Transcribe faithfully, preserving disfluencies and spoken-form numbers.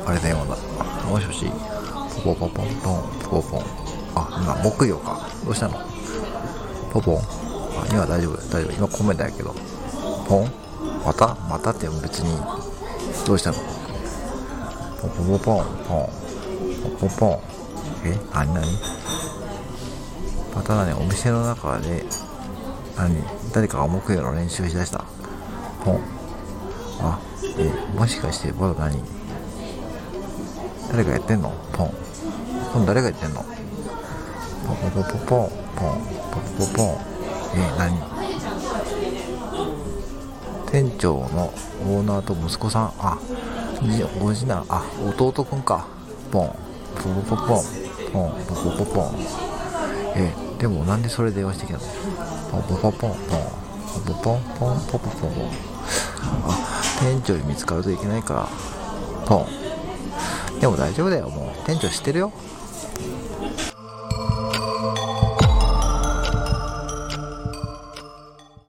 あれ電話だ。もしもし。ポポポポンポンポポポン。あ、今木曜か。どうしたの？ポポン。あ、今大丈夫大丈夫。今米だけど。ポン。またまたって別にどうしたの？ポポポポンポンポポポン。え、なになに？またね、お店の中で何誰かが木曜の練習しだした。ポン。あ、え、もしかしてまだ何誰がやってんの？ポン。今度誰がやってんの？ポポポポポンポンポポポポン。え、何？店長のオーナーと息子さん。あ、ご次男。あ、弟くんか。ポンポポポポンポンポポポポン。え、でもなんでそれ電話してきたの？ポポポポンポンポポポンポンポポポン。あ、店長に見つかるといけないからポン。でも大丈夫だよ、もう店長知ってるよ。